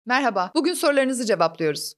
Merhaba, bugün sorularınızı cevaplıyoruz.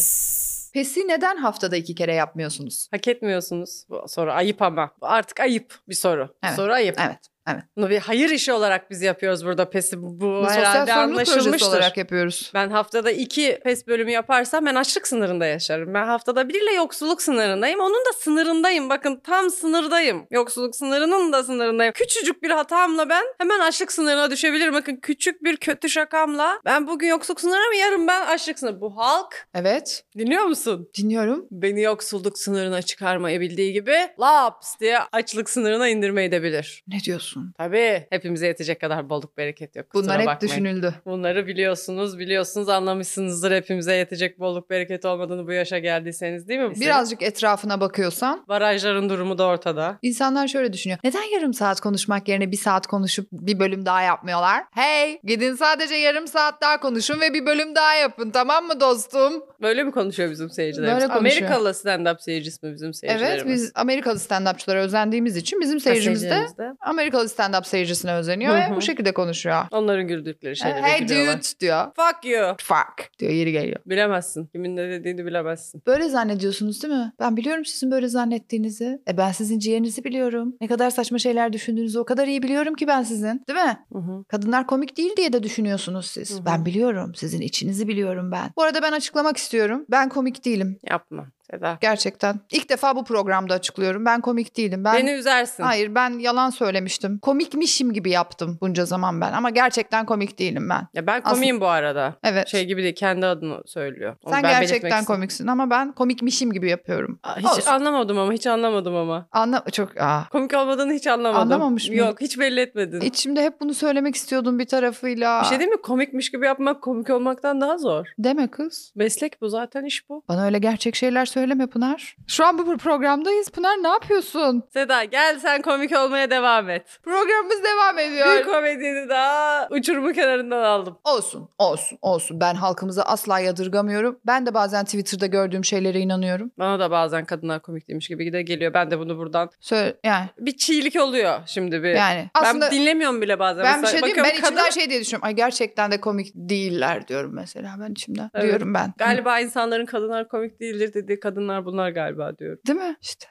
Pes. PES'i neden haftada 2 kere yapmıyorsunuz? Hak etmiyorsunuz. Bu soru ayıp ama. Bu artık ayıp bir soru. Evet. Soru ayıp. Evet. Bunu bir hayır işi olarak biz yapıyoruz burada PES'i. Bu Sosyal herhalde sorumluluk projesi anlaşılmıştır. olarak yapıyoruz. Ben haftada 2 PES bölümü yaparsam ben açlık sınırında yaşarım. Ben haftada 1 ile yoksulluk sınırındayım. Onun da sınırındayım. Bakın tam sınırdayım. Yoksulluk sınırının da sınırındayım. Küçücük bir hatamla ben hemen açlık sınırına düşebilirim. Bakın küçük bir kötü şakamla ben bugün yoksulluk sınırına mı yarın ben açlık sınırı. Bu halk Evet, dinliyor musun? dinliyorum. Beni yoksulluk sınırına çıkarmayı bildiği gibi laps diye açlık sınırına indirmeyi de bilir. Ne diyorsun? Tabii hepimize yetecek kadar bolluk bereket yok. Kusura Bunlar hep bakmayın. düşünüldü. Bunları biliyorsunuz anlamışsınızdır. Hepimize yetecek bolluk bereket olmadığını bu yaşa geldiyseniz değil mi? Birazcık etrafına bakıyorsan Barajların durumu da ortada. insanlar şöyle düşünüyor. Neden yarım saat konuşmak yerine 1 saat konuşup bir bölüm daha yapmıyorlar? Hey, gidin sadece yarım saat daha konuşun ve bir bölüm daha yapın, tamam mı dostum? Böyle mi konuşuyor bizim seyircilerimiz? Böyle konuşuyor. Amerikalı stand-up seyircisi mi bizim seyircilerimiz? Evet, biz Amerikalı stand-upçılara özendiğimiz için bizim seyircimiz de Seyircilerimiz de. Amerikalı stand-up seyircisine özeniyor ve bu şekilde konuşuyor. Onların güldükleri şeylere Hey gülüyorlar. dude diyor. Fuck you. Fuck diyor, yeri geliyor. Bilemezsin. Kimin ne dediğini bilemezsin. Böyle zannediyorsunuz değil mi? Ben biliyorum sizin böyle zannettiğinizi. Ben sizin ciğerinizi biliyorum. Ne kadar saçma şeyler düşündüğünüzü o kadar iyi biliyorum ki ben sizin. Değil mi? Hı. Kadınlar komik değil diye de düşünüyorsunuz siz. Hı hı. Ben biliyorum. Sizin içinizi biliyorum ben. Bu arada ben açıklamak istiyorum. Ben komik değilim. Yapma Seda. Gerçekten. İlk defa bu programda açıklıyorum. Ben komik değilim. Beni üzersin. Hayır, ben yalan söylemiştim. Komikmişim gibi yaptım bunca zaman ben. Ama gerçekten komik değilim ben. Ya ben komiyim bu arada. Evet. Şey gibi değil, kendi adını söylüyor. Onu Sen ben belirtmek gerçekten istedim. komiksin ama ben komikmişim gibi yapıyorum. Hiç Olsun. anlamadım ama. Çok Komik olmadığını hiç anlamadım. Anlamamış mıyım? Yok, hiç belli etmedin. İçimde hep bunu söylemek istiyordum bir tarafıyla. Bir şey değil mi? Komikmiş gibi yapmak komik olmaktan daha zor. Deme kız. Meslek bu zaten, iş bu. Bana öyle gerçek şeyler söyleme Pınar. Şu an bu programdayız Pınar, ne yapıyorsun? Seda gel sen komik olmaya devam et. Programımız devam Bir ediyor. komedini daha uçurumun kenarından aldım. Olsun. Ben halkımıza asla yadırgamıyorum. Ben de bazen Twitter'da gördüğüm şeylere inanıyorum. Bana da bazen kadınlar komik demiş gibi de geliyor. Ben de bunu buradan Yani bir çiğlik oluyor şimdi bir. Yani aslında ben dinlemiyorum bile bazen. ben bir Mesela şey diyeyim, ben bakıyorum içimden kadın- şey diye düşünüyorum. Ay gerçekten de komik değiller diyorum mesela ben içimden. Evet. Diyorum ben. Galiba insanların kadınlar komik değildir dediği kadınlar bunlar galiba diyorum. Değil mi? İşte.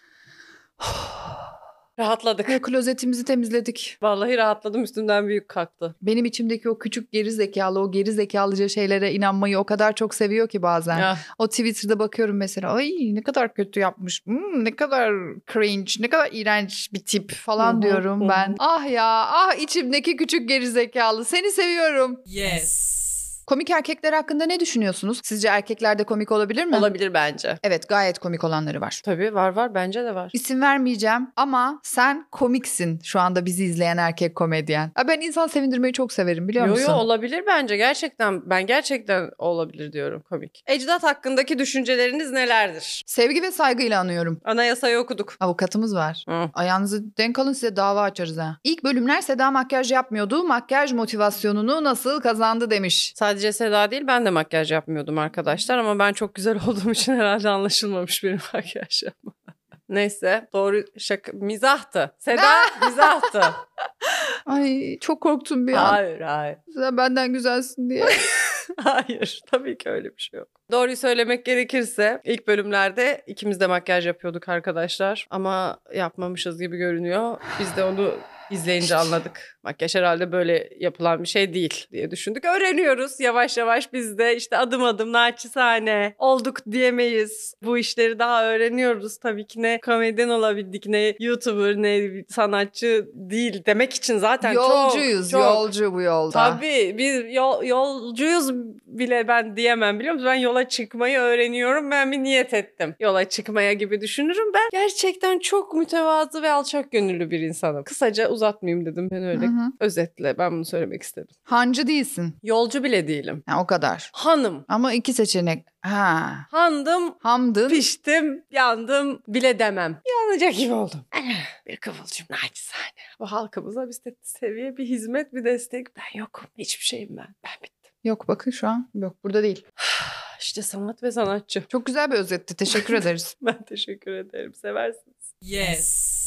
Rahatladık. Ve klozetimizi temizledik. Vallahi rahatladım, üstümden büyük kalktı. Benim içimdeki o küçük geri zekalı, o geri zekalıca şeylere inanmayı o kadar çok seviyor ki bazen. Ya. O Twitter'da bakıyorum mesela. Ay ne kadar kötü yapmış. Ne kadar cringe, ne kadar iğrenç bir tip falan diyorum ben. Ah ya, içimdeki küçük geri zekalı. Seni seviyorum. Yes. Komik erkekler hakkında ne düşünüyorsunuz? Sizce erkekler de komik olabilir mi? Olabilir bence. Evet, gayet komik olanları var. Tabii var bence de var. İsim vermeyeceğim ama sen komiksin şu anda bizi izleyen erkek komedyen. Ben insan sevindirmeyi çok severim, biliyor musun? Olabilir bence gerçekten. Ben gerçekten olabilir diyorum, komik. Ecdat hakkındaki düşünceleriniz nelerdir? Sevgi ve saygıyla anıyorum. Anayasayı okuduk. Avukatımız var. Hı. Ayağınızı denk alın, size dava açarız ha. İlk bölümler Seda makyaj yapmıyordu. Makyaj motivasyonunu nasıl kazandı demiş. Sadece Seda değil, ben de makyaj yapmıyordum arkadaşlar ama ben çok güzel olduğum için herhalde anlaşılmamış benim makyaj yapmam. Neyse, doğru şaka, mizahtı. Seda mizahtı. Ay çok korktum bir an. Hayır. Sen benden güzelsin diye. Hayır, tabii ki öyle bir şey yok. Doğruyu söylemek gerekirse ilk bölümlerde ikimiz de makyaj yapıyorduk arkadaşlar. Ama yapmamışız gibi görünüyor. Biz de onu izleyince anladık. Makyaj herhalde böyle yapılan bir şey değil diye düşündük. Öğreniyoruz yavaş yavaş, biz de işte adım adım naçizane olduk diyemeyiz. Bu işleri daha öğreniyoruz. Tabii ki ne komedyen olabildik, ne YouTuber, ne sanatçı değil demek için zaten Yolcuyuz, çok. yolcu bu yolda. Tabii biz yolcuyuz bile ben diyemem, biliyor musun? Ben yola çıkmayı öğreniyorum. Ben bir niyet ettim. Yola çıkmaya gibi düşünürüm. Ben gerçekten çok mütevazı ve alçak gönüllü bir insanım. Kısaca uzatmayayım dedim. Ben öyle özetle ben bunu söylemek istedim. Hancı değilsin. Yolcu bile değilim. Ha, o kadar. Hanım. Ama 2 seçenek. Handım, Hamdın. piştim, yandım bile demem. Yanacak gibi oldum. Bir kıvılcım naçizane. Bu halkımıza bir bir hizmet, bir destek. Ben yokum. Hiçbir şeyim ben. Ben bittim. Yok bakın şu an. Yok, burada değil. İşte sanat ve sanatçı. Çok güzel bir özetti. Teşekkür ederiz. Ben teşekkür ederim. Seversiniz. Yes.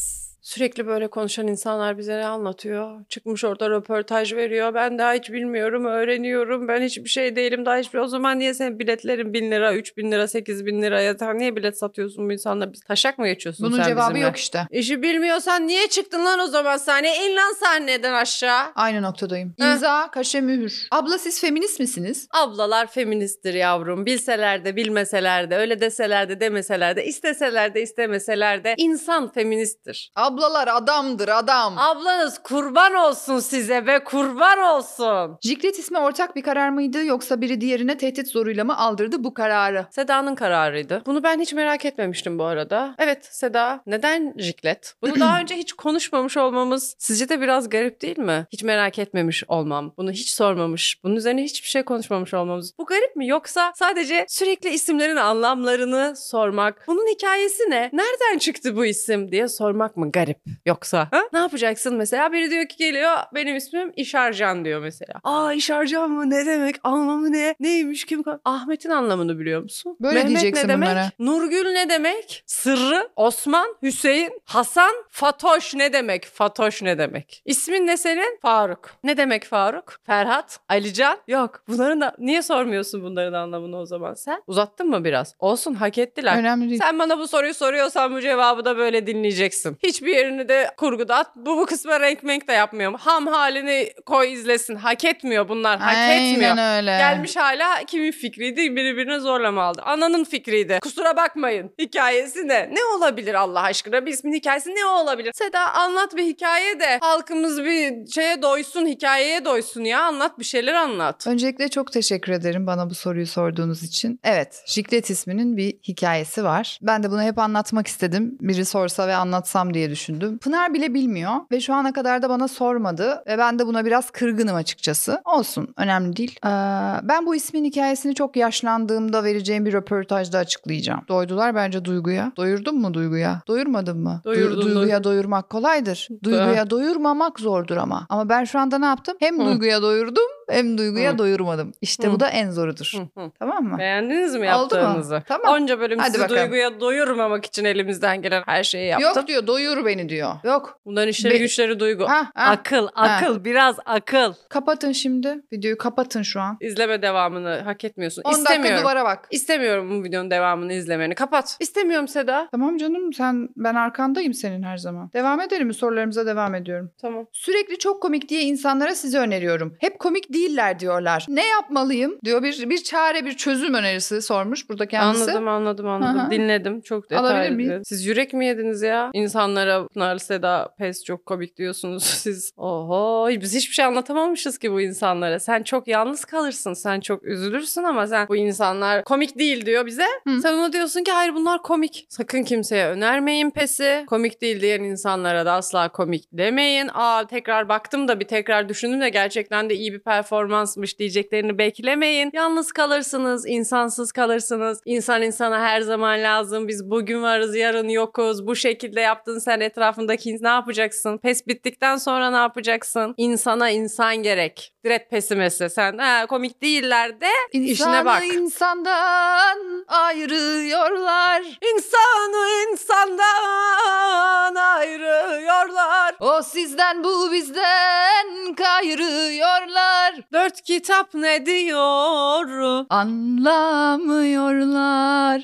Sürekli böyle konuşan insanlar bize ne anlatıyor? Çıkmış orada röportaj veriyor. Ben daha hiç bilmiyorum, öğreniyorum. Ben hiçbir şey değilim, daha hiçbir... O zaman niye senin biletlerin 1.000 lira, 3.000 lira, 8.000 liraya? Sen niye bilet satıyorsun bu insanlara? Taşak mı geçiyorsun Bunun sen bizimle? cevabı yok işte. İşi bilmiyorsan niye çıktın lan o zaman sahneye? İn lan sahneden aşağı. Aynı noktadayım. İmza, kaşe, mühür. Abla siz feminist misiniz? Ablalar feministtir yavrum. Bilseler de bilmeseler de, öyle deseler de demeseler de, isteseler de istemeseler de insan feministtir. Ablalar adamdır adam. Ablanız kurban olsun size be, kurban olsun. Jiklet ismi ortak bir karar mıydı yoksa biri diğerine tehdit zoruyla mı aldırdı bu kararı? Seda'nın kararıydı. Bunu ben hiç merak etmemiştim bu arada. Evet Seda, neden jiklet? Bunu daha önce hiç konuşmamış olmamız sizce de biraz garip değil mi? Hiç merak etmemiş olmam, bunu hiç sormamış, bunun üzerine hiçbir şey konuşmamış olmamız. Bu garip mi? Yoksa sadece sürekli isimlerin anlamlarını sormak, bunun hikayesi ne? Nereden çıktı bu isim diye sormak mı garip? Yoksa ne yapacaksın mesela? Biri diyor ki geliyor, benim ismim İşarcan diyor mesela. Aa İşarcan mı? Ne demek? Anlamı ne? Neymiş? Kim? Ahmet'in anlamını biliyor musun? Böyle Mehmet diyeceksin ne demek? bunlara. Nurgül ne demek? Sırrı, Osman, Hüseyin, Hasan, Fatoş ne demek? Fatoş ne demek? İsmin ne senin? Faruk. Ne demek Faruk? Ferhat, Alican? Yok. Bunların da niye sormuyorsun bunların anlamını o zaman sen? Uzattın mı biraz? Olsun, hak ettiler. Önemli değil. Sen bana bu soruyu soruyorsan bu cevabı da böyle dinleyeceksin. Hiçbir yerini de kurguda at. Bu kısma renk menk de yapmıyorum. Ham halini koy izlesin. Hak etmiyor bunlar. Hak etmiyor. Aynen öyle. Gelmiş hala kimin fikriydi? Birbirine zorlama aldı. Ananın fikriydi. Kusura bakmayın. Hikayesi ne? Ne olabilir Allah aşkına? Bir ismin hikayesi ne olabilir? Seda anlat bir hikaye de halkımız bir şeye doysun, hikayeye doysun ya. Anlat bir şeyler anlat. Öncelikle çok teşekkür ederim bana bu soruyu sorduğunuz için. Evet, Jiklet isminin bir hikayesi var. Ben de bunu hep anlatmak istedim. Biri sorsa ve anlatsam diye düşündüm. Pınar bile bilmiyor ve şu ana kadar da bana sormadı ve ben de buna biraz kırgınım açıkçası. Olsun, önemli değil. Ben bu ismin hikayesini çok yaşlandığımda vereceğim bir röportajda açıklayacağım. Doydular bence Duygu'ya. Doyurdun mu Duygu'ya? Doyurmadın mı? Duygu'ya doyurmak kolaydır. Duygu'ya doyurmamak zordur ama. Ama ben şu anda ne yaptım? Hem Duygu'ya doyurdum hem Duygu'ya doyurmadım. İşte bu da en zorudur. Tamam mı? Beğendiniz mi Oldu yaptığınızı? mu? Tamam. Onca bölüm Hadi sizi bakalım. Duygu'ya doyurmamak için elimizden gelen her şeyi yaptım. Yok diyor, doyur beni diyor. Yok. Bunların işleri güçleri Duygu. Akıl, biraz akıl. Kapatın şimdi. Videoyu kapatın şu an. İzleme devamını hak etmiyorsun. 10 dakika İstemiyorum. duvara bak. İstemiyorum bu videonun devamını izlemeni. Kapat. İstemiyorum Seda. Tamam canım, ben arkandayım senin her zaman. Devam edelim mi? Sorularımıza devam ediyorum. Tamam. Sürekli çok komik diye insanlara sizi öneriyorum. Hep komik değiller diyorlar. Ne yapmalıyım diyor, bir çare, bir çözüm önerisi sormuş burada kendisi. Anladım. Hı-hı. Dinledim. Çok Alabilir miyim? detaylı. Siz yürek mi yediniz ya? İnsanlara Pınar, Seda, Pes çok komik diyorsunuz siz. Oho, biz hiçbir şey anlatamamışız ki bu insanlara. Sen çok yalnız kalırsın. Sen çok üzülürsün ama sen bu insanlar komik değil diyor bize. Sen ona diyorsun ki hayır bunlar komik. Sakın kimseye önermeyin Pes'i. Komik değil diyen insanlara da asla komik demeyin. Tekrar baktım da bir tekrar düşündüm de gerçekten de iyi bir performansmış diyeceklerini beklemeyin. Yalnız kalırsınız, insansız kalırsınız. İnsan insana her zaman lazım. Biz bugün varız, yarın yokuz. Bu şekilde yaptın sen, etrafındaki ne yapacaksın? Pes bittikten sonra ne yapacaksın? İnsana insan gerek. Direkt pesimesi. Sen komik değiller de işine bak. İnsanı insandan ayırıyorlar. İnsanı insandan ayırıyorlar. O sizden bu bizden kayırıyorlar. 4 kitap ne diyor? Anlamıyorlar.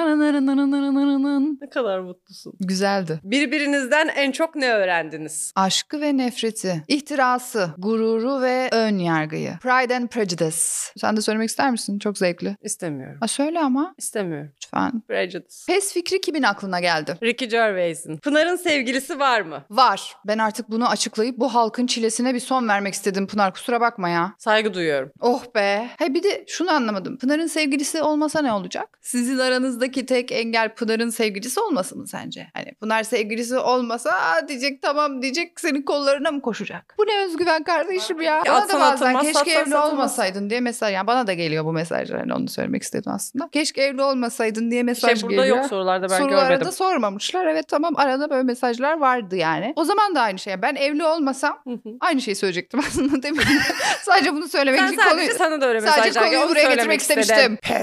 Ne kadar mutlusun. Güzeldi. Birbirinizden en çok ne öğrendiniz? Aşkı ve nefreti, ihtirası, gururu ve ön yargıyı. Pride and Prejudice. Sen de söylemek ister misin? Çok zevkli. İstemiyorum. Söyle ama. İstemiyorum. Lütfen. Prejudice. Pes fikri kimin aklına geldi? Ricky Gervais'in. Pınar'ın sevgilisi var mı? Var. Ben artık bunu açıklayıp bu halkın çilesine bir son vermek istedim Pınar. Kusura bakma ya. Saygı duyuyorum. Oh be. Bir de şunu anlamadım. Pınar'ın sevgilisi olmasa ne olacak? Sizin aranızdaki tek engel Pınar'ın sevgilisi olması mı sence? Hani Pınar sevgilisi olmasa diyecek, tamam diyecek, senin kollarına mı koşacak? Bu ne özgüven kardeşim ya. Bana da bazen keşke evli olmasaydın diye mesaj. Yani bana da geliyor bu mesajlar. Hani onu söylemek istedim aslında. Keşke evli olmasaydın diye mesaj burada geliyor. yok sorularda ben Sorularda görmedim. da sormamışlar. Evet tamam, arada böyle mesajlar vardı yani. O zaman da aynı şey. Ben evli olmasam aynı şeyi söyleyecektim aslında, değil mi? Sadece bunu söylemek için Sadece sana da öyle mesajlar sadece konuyu buraya getirmek istemiştim. Pes.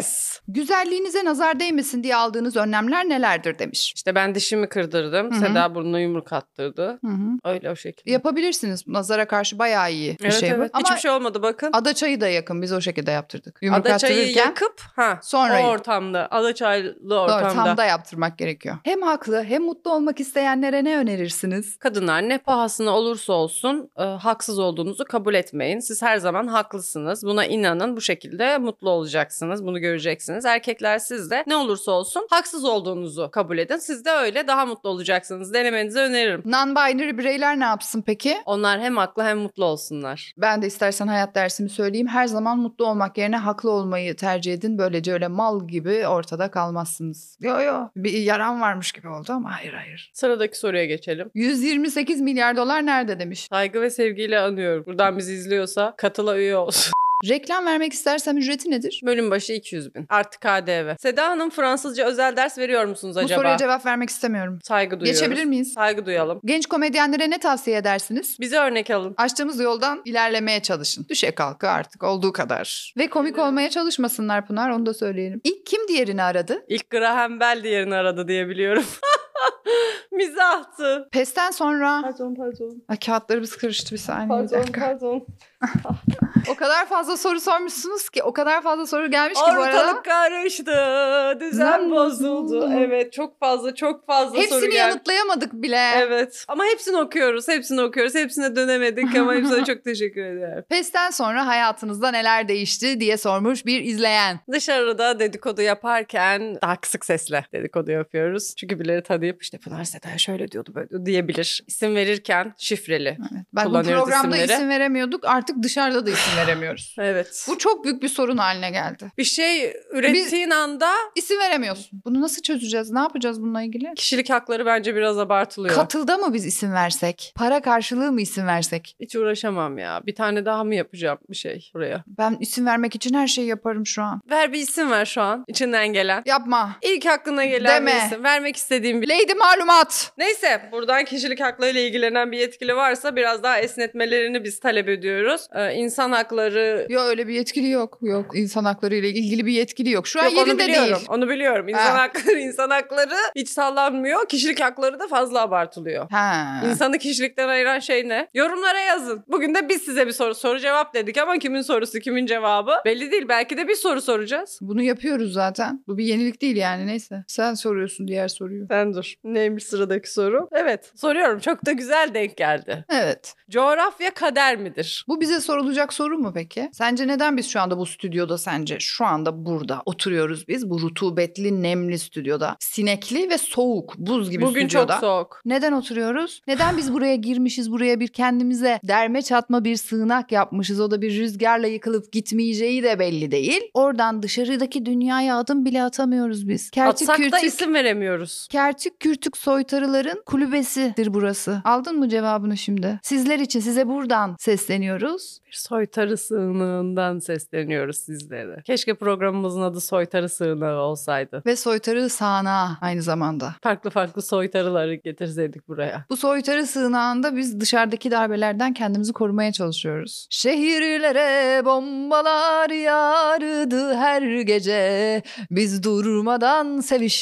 Güzelliğinize nazar değmesin diye aldığınız önlemler nelerdir demiş. İşte ben dişimi kırdırdım. Hı-hı. Seda burnuna yumruk attırdı. Hı-hı. Öyle o şekilde. Yapabilirsiniz. Nazara karşı bayağı iyi bir Evet, şey bu. evet. Ama hiçbir şey olmadı bakın. adaçayı da yakın. Biz o şekilde yaptırdık. Yumruk Adaçayı attırırken yakıp sonra o ortamda. Adaçaylı ortamda. ortamda yaptırmak gerekiyor. Hem haklı hem mutlu olmak isteyenlere ne önerirsiniz? Kadınlar ne pahasına olursa olsun haksız olduğunuzu kabul etmeyin. Siz her zaman haklısınız. Buna inanın. Bu şekilde mutlu olacaksınız. Bunu göreceksiniz. Erkekler siz de ne olursa olsun haksız olduğunuzu kabul edin. Siz de öyle daha mutlu olacaksınız. Denemenizi öneririm. Non-binary bireyler ne yapsın peki? Onlar hem haklı hem mutlu olsunlar. Ben de istersen hayat dersimi söyleyeyim. Her zaman mutlu olmak yerine haklı olmayı tercih edin. Böylece öyle mal gibi ortada kalmazsınız. Yo bir yaram varmış gibi oldu ama hayır. Sıradaki soruya geçelim. 128 milyar dolar nerede demiş. Saygı ve sevgiyle anıyorum. Buradan bizi izliyorsa katıla üye olsun. Reklam vermek istersem ücreti nedir? Bölüm başı 200.000. Artı KDV. Seda Hanım Fransızca özel ders veriyor musunuz Bu acaba? soruya cevap vermek istemiyorum. Saygı duyuyoruz. Geçebilir miyiz? Saygı duyalım. Genç komedyenlere ne tavsiye edersiniz? Bize örnek alın. Açtığımız yoldan ilerlemeye çalışın. Düşe kalka artık olduğu kadar. Ve komik olmaya çalışmasınlar Pınar, onu da söyleyelim. İlk kim diğerini aradı? İlk Graham Bell diğerini aradı diye biliyorum. Mizahtı. PES'ten sonra... Pardon. Ay, kağıtlarımız karıştı bir saniye. Bir dakika. Pardon. O kadar fazla soru sormuşsunuz ki, o kadar fazla soru gelmiş ki bu arada. Ortalık karıştı, düzen bozuldu. Evet, çok fazla soru Hepsini geldi. yanıtlayamadık bile. Evet. Ama hepsini okuyoruz. Hepsine dönemedik ama hepsine çok teşekkür ederim. PES'ten sonra hayatınızda neler değişti diye sormuş bir izleyen. Dışarıda dedikodu yaparken daha kısık sesle dedikodu yapıyoruz. Çünkü birileri tanıyıp işte Pınar Seda'ya şöyle diyordu böyle diyordu diyebilir. İsim verirken şifreli Evet. Bak, bu kullanıyoruz programda isimleri. isim veremiyorduk, artık dışarıda da isim veremiyoruz. Evet. Bu çok büyük bir sorun haline geldi. Bir şey ürettiğin anda İsim veremiyorsun. Bunu nasıl çözeceğiz? Ne yapacağız bununla ilgili? kişilik hakları bence biraz abartılıyor. Katılda mı biz isim versek? Para karşılığı mı isim versek? Hiç uğraşamam ya. Bir tane daha mı yapacağım bir şey buraya? Ben isim vermek için her şeyi yaparım şu an. Ver bir isim ver şu an. İçinden gelen. Yapma. İlk aklına gelen Deme. bir isim. Vermek istediğim bir... Lady malumat. Neyse buradan kişilik haklarıyla ilgilenen bir yetkili varsa biraz daha esnetmelerini biz talep ediyoruz. İnsan hakları... Yok, öyle bir yetkili yok. Yok, insan hakları ile ilgili bir yetkili yok. Şu an Yok, onu yerinde biliyorum. değil. Onu biliyorum. İnsan hakları hiç sallanmıyor. Kişilik hakları da fazla abartılıyor. Ha. İnsanı kişilikten ayıran şey ne? Yorumlara yazın. Bugün de biz size bir soru cevap dedik ama kimin sorusu kimin cevabı belli değil. Belki de bir soru soracağız. Bunu yapıyoruz zaten. Bu bir yenilik değil yani, neyse. Sen soruyorsun diğer soruyu. Sen dur. Neymiş sıradaki soru? Evet. Soruyorum. Çok da güzel denk geldi. Evet. Coğrafya kader midir? Bu bize sorulacak soru mu peki? Sence neden biz şu anda bu stüdyoda, sence şu anda burada oturuyoruz biz? Bu rutubetli, nemli stüdyoda. Sinekli ve soğuk, buz gibi Bugün stüdyoda. çok soğuk. Neden oturuyoruz? Neden biz buraya girmişiz? Buraya bir kendimize derme çatma bir sığınak yapmışız. O da bir rüzgarla yıkılıp gitmeyeceği de belli değil. Oradan dışarıdaki dünyaya adım bile atamıyoruz biz. Atsak da isim veremiyoruz. Kertik kürtük soytarıların kulübesidir burası. Aldın mı cevabını şimdi? Sizler için, size buradan sesleniyoruz. Bir soytarı sığınağından sesleniyoruz sizlere. Keşke programımızın adı Soytarı Sığınağı olsaydı. Ve soytarı sağanağı aynı zamanda. Farklı soytarıları getirseydik buraya. Bu soytarı sığınağında biz dışarıdaki darbelerden kendimizi korumaya çalışıyoruz. Şehirlere bombalar yağardı her gece. Biz durmadan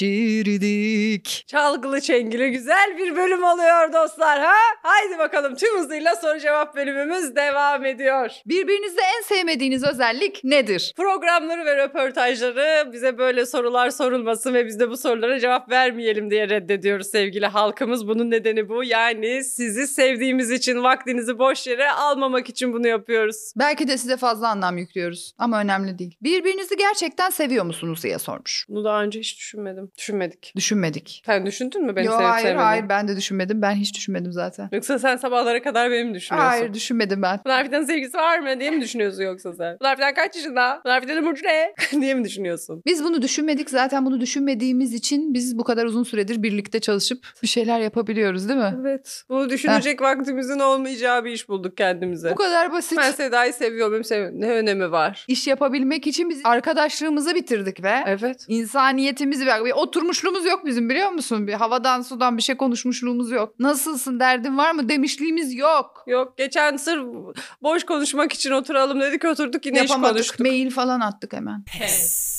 sevişirdik. Çalgılı çengili güzel bir bölüm oluyor dostlar ha? Haydi bakalım tüm hızıyla soru cevap bölümümüz devam ediyor. Birbirinizde en sevmediğiniz özellik nedir? Programları ve röportajları bize böyle sorular sorulmasın ve biz de bu sorulara cevap vermeyelim diye reddediyoruz sevgili halkımız. Bunun nedeni bu. Yani sizi sevdiğimiz için, vaktinizi boş yere almamak için bunu yapıyoruz. Belki de size fazla anlam yüklüyoruz ama önemli değil. Birbirinizi gerçekten seviyor musunuz diye sormuş. Bunu daha önce hiç düşünmedim. Düşünmedik. Sen düşündün mü beni Yo, sevip hayır sevmediğini? ben de düşünmedim. Ben hiç düşünmedim zaten. Yoksa sen sabahlara kadar benim düşünüyorsun. Hayır, düşünmedim ben. Pınar Fidan'ın sevgisi var mı diye mi düşünüyorsun yoksa sen? Pınar Fidan kaç yaşında? Pınar Fidan'ın burcu ne? diye mi düşünüyorsun? Biz bunu düşünmedik, zaten bunu düşünmediğimiz için biz bu kadar uzun süredir birlikte çalışıp bir şeyler yapabiliyoruz, değil mi? Evet. Bunu düşünecek vaktimizin olmayacağı bir iş bulduk kendimize. Bu kadar basit. Ben Seda'yı seviyorum. Ne önemi var? İş yapabilmek için biz arkadaşlığımızı bitirdik ve Evet. insaniyetimizi bir oturmuşluğumuz yok bizim, biliyor musun? Bir havadan sudan bir şey konuşmuşluğumuz yok. Nasılsın, derdin var mı demişliğimiz yok. Yok. Geçen sırf boş konuşmak için oturalım dedik, oturduk yine iş Yapamadık. konuştuk. Mail falan attık hemen.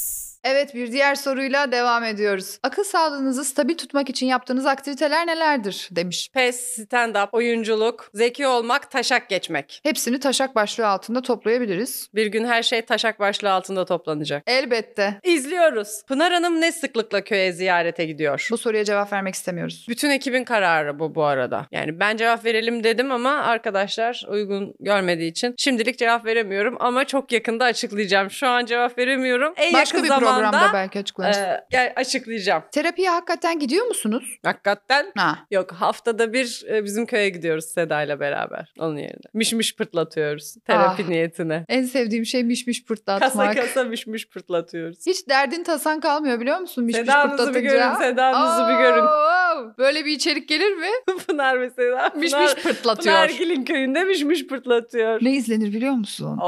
Evet, bir diğer soruyla devam ediyoruz. Akıl sağlığınızı stabil tutmak için yaptığınız aktiviteler nelerdir demiş. PES, stand-up, oyunculuk, zeki olmak, taşak geçmek. Hepsini taşak başlığı altında toplayabiliriz. Bir gün her şey taşak başlığı altında toplanacak. Elbette. İzliyoruz. Pınar Hanım ne sıklıkla köye ziyarete gidiyor? Bu soruya cevap vermek istemiyoruz. Bütün ekibin kararı bu arada. Yani ben cevap verelim dedim ama arkadaşlar uygun görmediği için şimdilik cevap veremiyorum ama çok yakında açıklayacağım. Şu an cevap veremiyorum. Başka yakın bir zamanda, programda belki açıklarız. açıklayacağım. Terapiye hakikaten gidiyor musunuz? Hakikaten Ha. yok, haftada bir bizim köye gidiyoruz Seda ile beraber onun yerine. Mişmiş pırtlatıyoruz terapi niyetine. En sevdiğim şey mişmiş pırtlatmak. Kasa kasa mişmiş pırtlatıyoruz. Hiç derdin tasan kalmıyor biliyor musun mişmiş Seda'nızı pırtlatınca? bir görün, Seda'nızı bir görün. Böyle bir içerik gelir mi? Pınar mesela. Mişmiş pırtlatıyor. Pınargil'in köyünde mişmiş pırtlatıyor. Ne izlenir biliyor musun?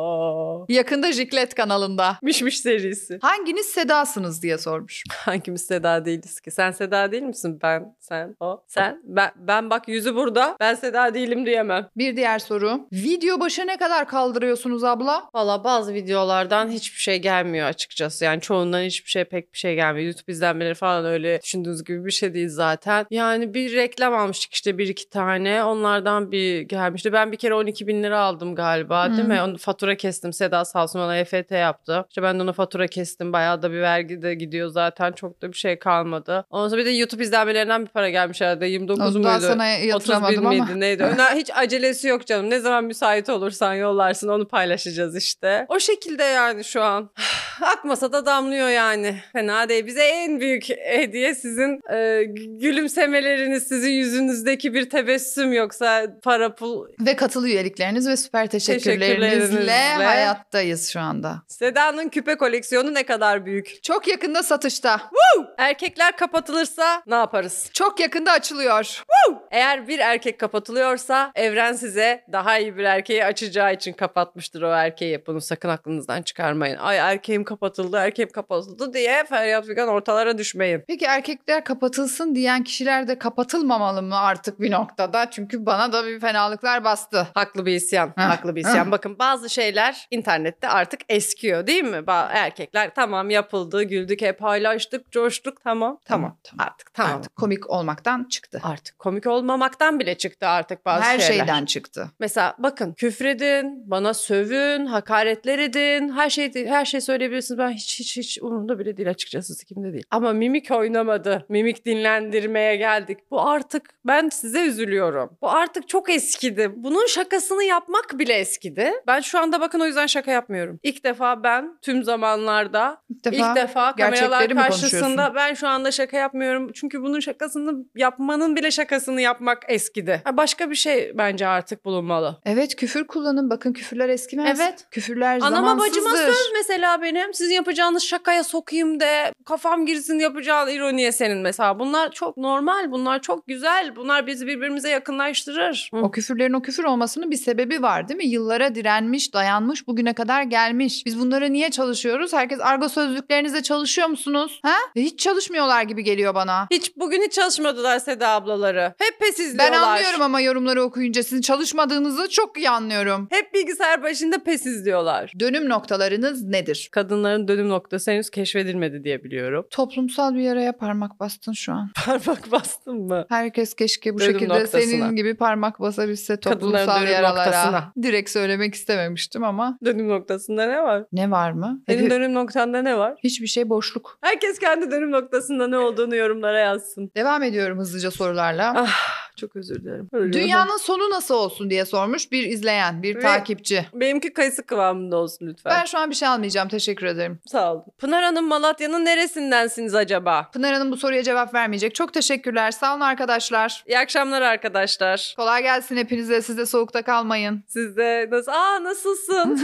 Oo. Yakında Jiklet kanalında. Mişmiş serisi. Hanginiz Seda'sınız diye sormuş. Hangimiz Seda değiliz ki? Sen Seda değil misin? Ben, sen, o, sen. Ben bak yüzü burada. Ben Seda değilim diyemem. Bir diğer soru. Video başı ne kadar kaldırıyorsunuz abla? Valla bazı videolardan hiçbir şey gelmiyor açıkçası. Yani çoğundan hiçbir şey, pek bir şey gelmiyor. YouTube izlenmeleri falan öyle düşündüğünüz gibi bir şey değil zaten. Yani bir reklam almıştık işte 1-2 tane. Onlardan bir gelmişti. Ben bir kere 12.000 lira aldım galiba değil mi? Onu fatura kestim. Seda sağ olsun bana EFT yaptı. İşte ben de ona fatura kestim. Bayağı da bir vergi de gidiyor zaten. Çok da bir şey kalmadı. Ondan sonra bir de YouTube izlenmelerinden bir para gelmiş herhalde. 29 Ondan muydu? sana 31 yatıramadım ama. miydi neydi? Hiç acelesi yok canım. Ne zaman müsait olursan yollarsın, onu paylaşacağız işte. O şekilde yani şu an. Akmasa da damlıyor yani. Fena değil. Bize en büyük hediye sizin gülümsemeleriniz, sizin yüzünüzdeki bir tebessüm, yoksa para pul. Ve katıl üyelikleriniz ve süper teşekkürlerinizle hayattayız şu anda. Seda'nın küpe koleksiyonu ne kadar büyük. Çok yakında satışta. Erkekler kapatılırsa ne yaparız? Çok yakında açılıyor. Eğer bir erkek kapatılıyorsa evren size daha iyi bir erkeği açacağı için kapatmıştır o erkeği. Bunu sakın aklınızdan çıkarmayın. Ay erkeğim kapatıldı diye feryat figan ortalara düşmeyin. Peki erkekler kapatılsın diyen kişiler de kapatılmamalı mı artık bir noktada? Çünkü bana da bir fenalıklar bastı. Haklı bir isyan. Haklı bir isyan. Bakın bazı şeyler internette artık eskiyor değil mi? Erkekler tamam yapıldı, güldük, hep paylaştık, coştuk. Tamam. Artık tamam. Artık komik olmaktan çıktı. Artık komik olmamaktan bile çıktı artık bazı Her şeyler. şeyden çıktı. Mesela bakın küfredin, bana sövün, hakaretler edin, her şey söyleyebilirsiniz. Ben hiç umurumda bile değil açıkçası, sikimde değil. Ama mimik oynamadı. Mimik dinlendirmeye geldik. Bu artık, ben size üzülüyorum. Bu artık çok eskidi. Bunun şakasını yapmak bile eskidi. Ben şu anda bakın o yüzden şaka yapmıyorum. İlk defa ben tüm zamanlarda ilk defa kameralar karşısında ben şu anda şaka yapmıyorum. Çünkü bunun şakasını yapmanın bile şakasını yapmak eskidi. Başka bir şey bence artık bulunmalı. Evet, küfür kullanın. Bakın küfürler eskimez. Evet. Küfürler Anama zamansızdır. bacıma söz mesela benim. Sizin yapacağınız şakaya sokayım de kafam girsin, yapacağın ironiye senin mesela. Bunlar çok normal. Bunlar çok güzel. Bunlar bizi birbirimize yakınlaştırır. O küfürlerin o küfür olmasının bir sebebi var değil mi? Yıllara direnmiş, dayanmış, bugüne kadar gelmiş. Biz bunları niye çalışıyoruz? Herkes argo sözlüklerinizde çalışıyor musunuz? Ha? Hiç çalışmıyorlar gibi geliyor bana. Bugün hiç çalışmadılar Seda ablaları. Hep pes izliyorlar. Ben anlıyorum ama yorumları okuyunca sizin çalışmadığınızı çok iyi anlıyorum. Hep bilgisayar başında pes izliyorlar. Dönüm noktalarınız nedir? Kadınların dönüm noktası henüz keşfedilmedi diye biliyorum. Toplumsal bir yaraya parmak bastın şu an. Parmak bastın mı? Herkes keşke bu Dönüm şekilde noktasına. senin gibi parmak basabilse Kadınların toplumsal dönüm yaralara. noktasına. Direkt söylemek istememiştim ama. Dönüm noktasında ne var? Ne var mı? Senin dönüm noktanda ne var? Hiçbir şey, boşluk. Herkes kendi dönüm noktasında ne olduğunu yorumlara yazsın. Devam ediyorum hızlıca sorularla. Çok özür dilerim. Dünyanın sonu nasıl olsun diye sormuş bir izleyen, bir takipçi. Benimki kayısı kıvamında olsun lütfen. Ben şu an bir şey almayacağım. Teşekkür ederim. Sağ olun. Pınar Hanım Malatya'nın neresindensiniz acaba? Pınar Hanım bu soruya cevap vermeyecek. Çok teşekkürler. Sağ olun arkadaşlar. İyi akşamlar arkadaşlar. Kolay gelsin hepinize. Siz de soğukta kalmayın. Siz de nasılsın?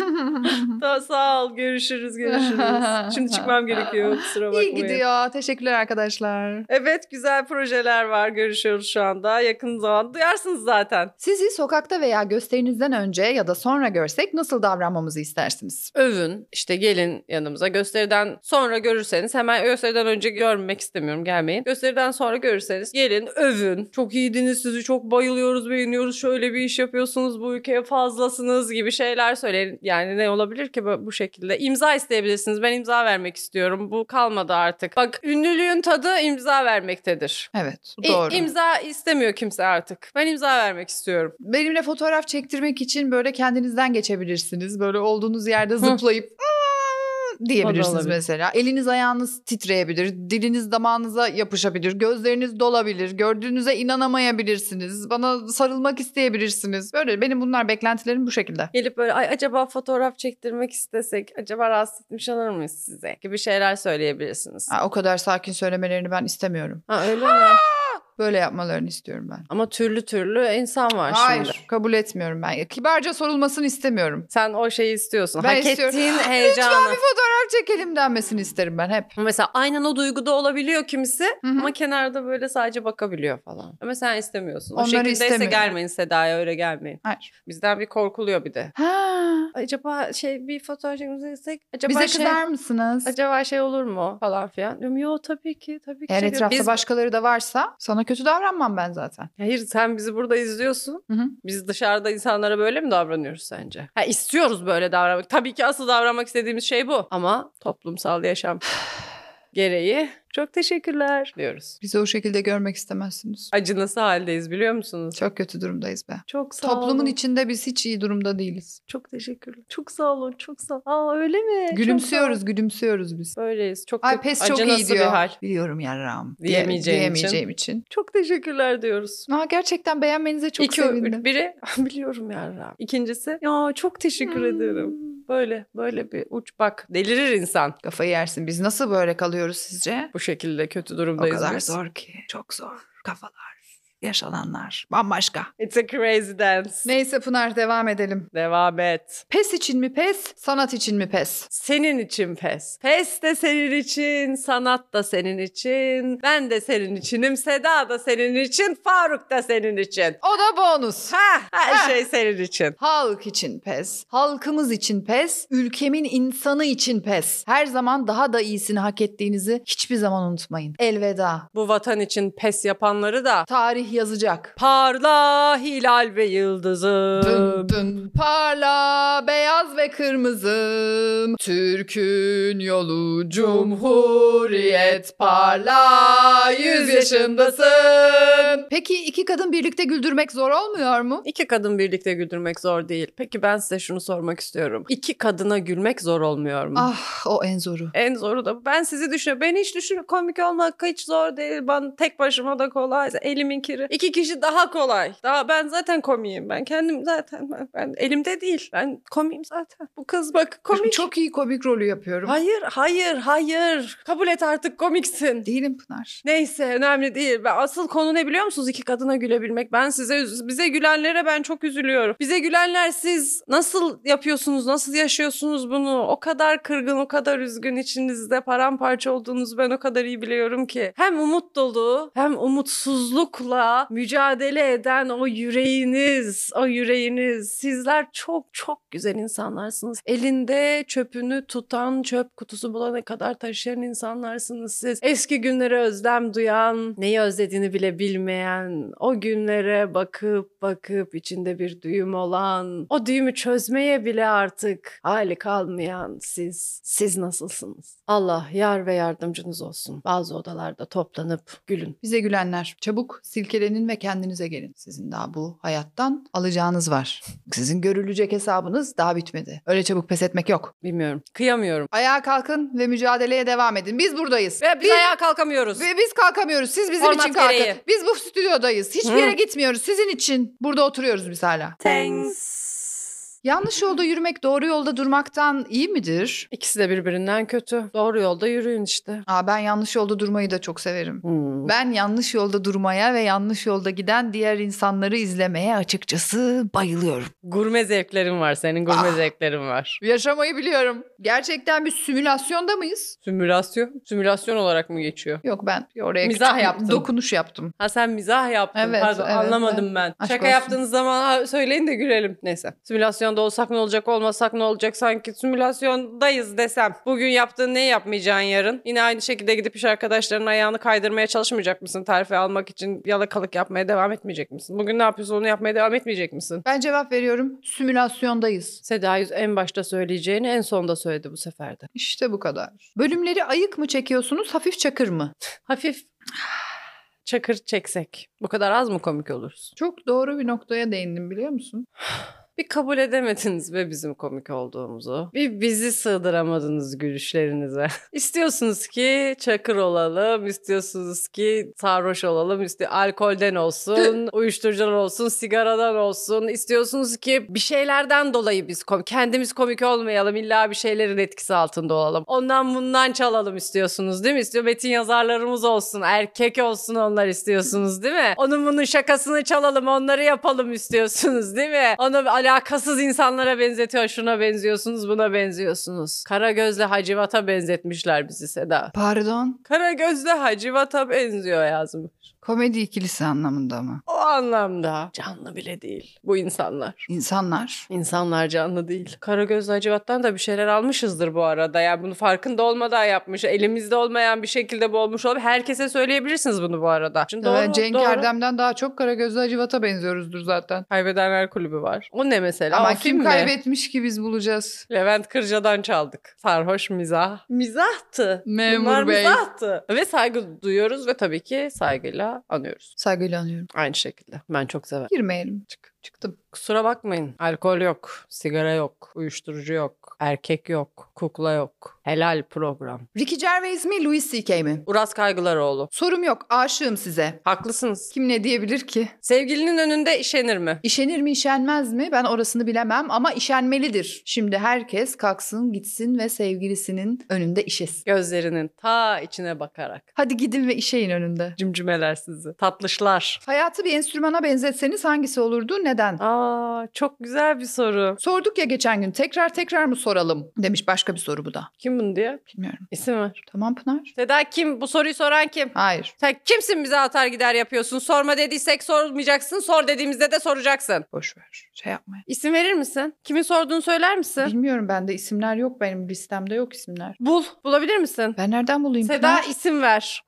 Sağ ol. Görüşürüz. Şimdi çıkmam gerekiyor. Kusura bakmayın. İyi gidiyor. Teşekkürler arkadaşlar. Evet, güzel projeler var. Görüşüyoruz şu anda. yakın zaman duyarsınız zaten. Sizi sokakta veya gösterinizden önce ya da sonra görsek nasıl davranmamızı istersiniz? Övün, işte gelin yanımıza. Gösteriden sonra görürseniz, hemen gösteriden önce görmek istemiyorum, gelmeyin. Gösteriden sonra görürseniz gelin, övün. Çok iyiydiniz, sizi çok bayılıyoruz, beğeniyoruz. Şöyle bir iş yapıyorsunuz, bu ülkeye fazlasınız gibi şeyler söyleyin. Yani ne olabilir ki bu şekilde? İmza isteyebilirsiniz. Ben imza vermek istiyorum. Bu kalmadı artık. Bak, ünlülüğün tadı imza vermektedir. Evet, doğru. İmza istemiyor kimse artık. Ben imza vermek istiyorum. Benimle fotoğraf çektirmek için böyle kendinizden geçebilirsiniz. Böyle olduğunuz yerde zıplayıp diyebilirsiniz olabilir. mesela. Eliniz ayağınız titreyebilir, diliniz damağınıza yapışabilir, gözleriniz dolabilir, gördüğünüze inanamayabilirsiniz, bana sarılmak isteyebilirsiniz. Böyle benim bunlar beklentilerim bu şekilde. Gelip böyle ay acaba fotoğraf çektirmek istesek acaba rahatsız etmiş olur muyuz size gibi şeyler söyleyebilirsiniz. O kadar sakin söylemelerini ben istemiyorum. Ha, öyle mi? Böyle yapmalarını istiyorum ben. Ama türlü türlü insan var Hayır, şimdi. kabul etmiyorum ben. Kibarca sorulmasını istemiyorum. Sen o şeyi istiyorsun. Ben Hak istiyorum. ettiğin Lütfen heyecanı. bir fotoğraf çekelim denmesini isterim ben hep. Mesela aynen o duyguda olabiliyor kimisi Hı hı. ama kenarda böyle sadece bakabiliyor falan. Ama sen istemiyorsun. O Onları şekildeyse istemiyorum. gelmeyin Seda'ya, öyle gelmeyin. Hayır. Bizden bir korkuluyor bir de. Ha, Acaba bir fotoğraf çekmemizi istesek acaba bize kızar mısınız? acaba olur mu falan filan. Diyorum yo tabii ki Eğer çekelim. etrafta başkaları da varsa sana kötü davranmam ben zaten. Hayır, sen bizi burada izliyorsun. Hı hı. Biz dışarıda insanlara böyle mi davranıyoruz sence? Ha, istiyoruz böyle davranmak. Tabii ki asıl davranmak istediğimiz şey bu. Ama toplumsal yaşam gereği çok teşekkürler diyoruz. Bizi o şekilde görmek istemezsiniz. Acınası haldeyiz, biliyor musunuz? Çok kötü durumdayız be. Çok sağ Toplumun olun. içinde biz hiç iyi durumda değiliz. Çok teşekkürler. Çok sağ olun. Çok sağ olun. Aa, öyle mi? Çok Gülümsüyoruz, sağ gülümsüyoruz biz. olun. Böyleyiz. Çok Ay pes çok iyi acınası diyor. bir hal. Biliyorum yarrağım. Diyemeyeceğim için. Çok teşekkürler diyoruz. Gerçekten beğenmenize çok sevindim. Biri biliyorum ya. İkincisi ya çok teşekkür ederim. Böyle bir uç, bak delirir insan. Kafayı yersin. Biz nasıl böyle kalıyoruz sizce? Bu şekilde kötü O durumdayız kadar biz. zor ki. Çok zor. Kafalar, yaşananlar. Bambaşka. It's a crazy dance. Neyse Pınar devam edelim. Devam et. Pes için mi pes, sanat için mi pes? Senin için pes. Pes de senin için, sanat da senin için, ben de senin içinim, Seda da senin için, Faruk da senin için. O da bonus. Her şey senin için. Halk için pes, halkımız için pes, ülkemin insanı için pes. Her zaman daha da iyisini hak ettiğinizi hiçbir zaman unutmayın. Elveda. Bu vatan için pes yapanları da Tarih yazacak. parla hilal ve yıldızım. Dın dın parla beyaz ve kırmızım. Türk'ün yolu cumhuriyet parla 100 yaşındasın. Peki iki kadın birlikte güldürmek zor olmuyor mu? İki kadın birlikte güldürmek zor değil. Peki ben size şunu sormak istiyorum. İki kadına gülmek zor olmuyor mu? Ah o en zoru. En zoru da ben sizi düşünüyorum. Ben hiç düşünüyorum. Komik olmak hiç zor değil. Ben tek başıma da kolay. Elimin kiri. İki kişi daha kolay. Ben zaten komiyim. Ben kendim zaten. Ben elimde değil. Ben komiyim zaten. Bu kız bak komik. Çok iyi komik rolü yapıyorum. Hayır. Kabul et artık komiksin. Değilim Pınar. Neyse önemli değil. Asıl konu ne biliyor musunuz? İki kadına gülebilmek. Bize gülenlere ben çok üzülüyorum. Bize gülenler siz nasıl yapıyorsunuz? Nasıl yaşıyorsunuz bunu? O kadar kırgın, o kadar üzgün, içinizde paramparça olduğunuzu ben o kadar iyi biliyorum ki. Hem umut dolu hem umutsuzlukla mücadele eden o yüreğiniz. Sizler çok güzel insanlarsınız. Elinde çöpünü tutan, çöp kutusu bulana kadar taşıyan insanlarsınız siz. Eski günlere özlem duyan, neyi özlediğini bile bilmeyen, o günlere bakıp içinde bir düğüm olan, o düğümü çözmeye bile artık hali kalmayan siz nasılsınız? Allah yar ve yardımcınız olsun. Bazı odalarda toplanıp gülün. Bize gülenler çabuk silkelenin ve kendinize gelin. Sizin daha bu hayattan alacağınız var. Sizin görülecek hesabınız daha bitmedi. Öyle çabuk pes etmek yok. Bilmiyorum. Kıyamıyorum. Ayağa kalkın ve mücadeleye devam edin. Biz buradayız. Ve biz ayağa kalkamıyoruz. Ve biz kalkamıyoruz. Siz bizim Format için kalkın. gereği. Biz bu stüdyodayız. Hiçbir yere gitmiyoruz. Sizin için burada oturuyoruz biz hala. Thanks. Yanlış yolda yürümek doğru yolda durmaktan iyi midir? İkisi de birbirinden kötü. Doğru yolda yürüyün işte. Ben yanlış yolda durmayı da çok severim. Ben yanlış yolda durmaya ve yanlış yolda giden diğer insanları izlemeye açıkçası bayılıyorum. Gurme zevklerin var. Senin gurme zevklerin var. Yaşamayı biliyorum. Gerçekten bir simülasyonda mıyız? Simülasyon? Simülasyon olarak mı geçiyor? Yok, ben oraya Mizah küçük bir yaptım. dokunuş yaptım. Ha, sen mizah yaptın. Evet, Pardon, evet, anlamadım ben. Aşk Şaka olsun. yaptığınız zaman söyleyin de gülelim. Neyse. Simülasyonda olsak ne olacak, olmasak ne olacak? Sanki simülasyondayız desem. Bugün yaptığın neyi yapmayacaksın yarın? Yine aynı şekilde gidip iş arkadaşlarının ayağını kaydırmaya çalışmayacak mısın? Terfi almak için yalakalık yapmaya devam etmeyecek misin? Bugün ne yapıyorsun, onu yapmaya devam etmeyecek misin? Ben cevap veriyorum. Simülasyondayız. Seda Yüz en başta söyleyeceğini en sonda söyledi bu sefer de. İşte bu kadar. Bölümleri ayık mı çekiyorsunuz, hafif çakır mı? Hafif çakır çeksek. Bu kadar az mı komik oluruz? Çok doğru bir noktaya değindim, biliyor musun? Bir kabul edemediniz be bizim komik olduğumuzu. Bir bizi sığdıramadınız gülüşlerinize. İstiyorsunuz ki çakır olalım, istiyorsunuz ki sarhoş olalım, alkolden olsun, uyuşturucudan olsun, sigaradan olsun. İstiyorsunuz ki bir şeylerden dolayı biz kendimiz komik olmayalım, illa bir şeylerin etkisi altında olalım. Ondan bundan çalalım istiyorsunuz değil mi? Metin yazarlarımız olsun, erkek olsun onlar istiyorsunuz değil mi? Onun bunun şakasını çalalım, onları yapalım istiyorsunuz değil mi? Onu alakasız insanlara benzetiyor. Şuna benziyorsunuz, buna benziyorsunuz. Karagöz'le Hacivat'a benzetmişler bizi Seda. Pardon? Karagöz'le Hacivat'a benziyor yazmış. Komedi ikilisi anlamında mı? O anlamda canlı bile değil bu insanlar. İnsanlar. İnsanlar canlı değil. Karagöz'le Hacivat'tan da bir şeyler almışızdır bu arada. Yani bunu farkında olmadan yapmış. Elimizde olmayan bir şekilde bu olmuş olabilir. Herkese söyleyebilirsiniz bunu bu arada. Şimdi doğru, Cenk doğru. Erdem'den daha çok Karagözlü Hacivat'a benziyoruzdur zaten. Kaybedenler Kulübü var. O ne mesela? Ama O kim film mi? kaybetmiş ki biz bulacağız? Levent Kırca'dan çaldık. Sarhoş mizah. Mizahtı. Memur Bunlar Bey. mizahtı. Ve saygı duyuyoruz ve tabii ki saygıyla anıyoruz. Saygıyla anıyorum. Aynı şekilde. Ben çok severim. Girmeyelim. Çıktım. Kusura bakmayın. Alkol yok, sigara yok, uyuşturucu yok, erkek yok, kukla yok. Helal program. Ricky Gervais mi, Louis C.K. mi? Uras Kaygılaroğlu. Sorum yok. Aşığım size. Haklısınız. Kim ne diyebilir ki? Sevgilinin önünde işenir mi? İşenir mi, işenmez mi? Ben orasını bilemem ama işenmelidir. Şimdi herkes kalksın, gitsin ve sevgilisinin önünde işesin. Gözlerinin ta içine bakarak. Hadi gidin ve işeyin önünde. Cimcimeler sizi. Tatlışlar. Hayatı bir enstrümana benzetseniz hangisi olurdu? Neden? Çok güzel bir soru. Sorduk ya geçen gün. Tekrar mı soralım? Demiş, başka bir soru bu da. Kim bunu diye? Bilmiyorum. İsim ver. Tamam Pınar. Seda kim? Bu soruyu soran kim? Hayır. Sen kimsin bize atar gider yapıyorsun? Sorma dediysek sormayacaksın. Sor dediğimizde de soracaksın. Boş ver. Şey yapmayın. İsim verir misin? Kimin sorduğunu söyler misin? Bilmiyorum, bende isimler yok. Benim listemde yok isimler. Bulabilir misin? Ben nereden bulayım Seda Pınar? isim ver.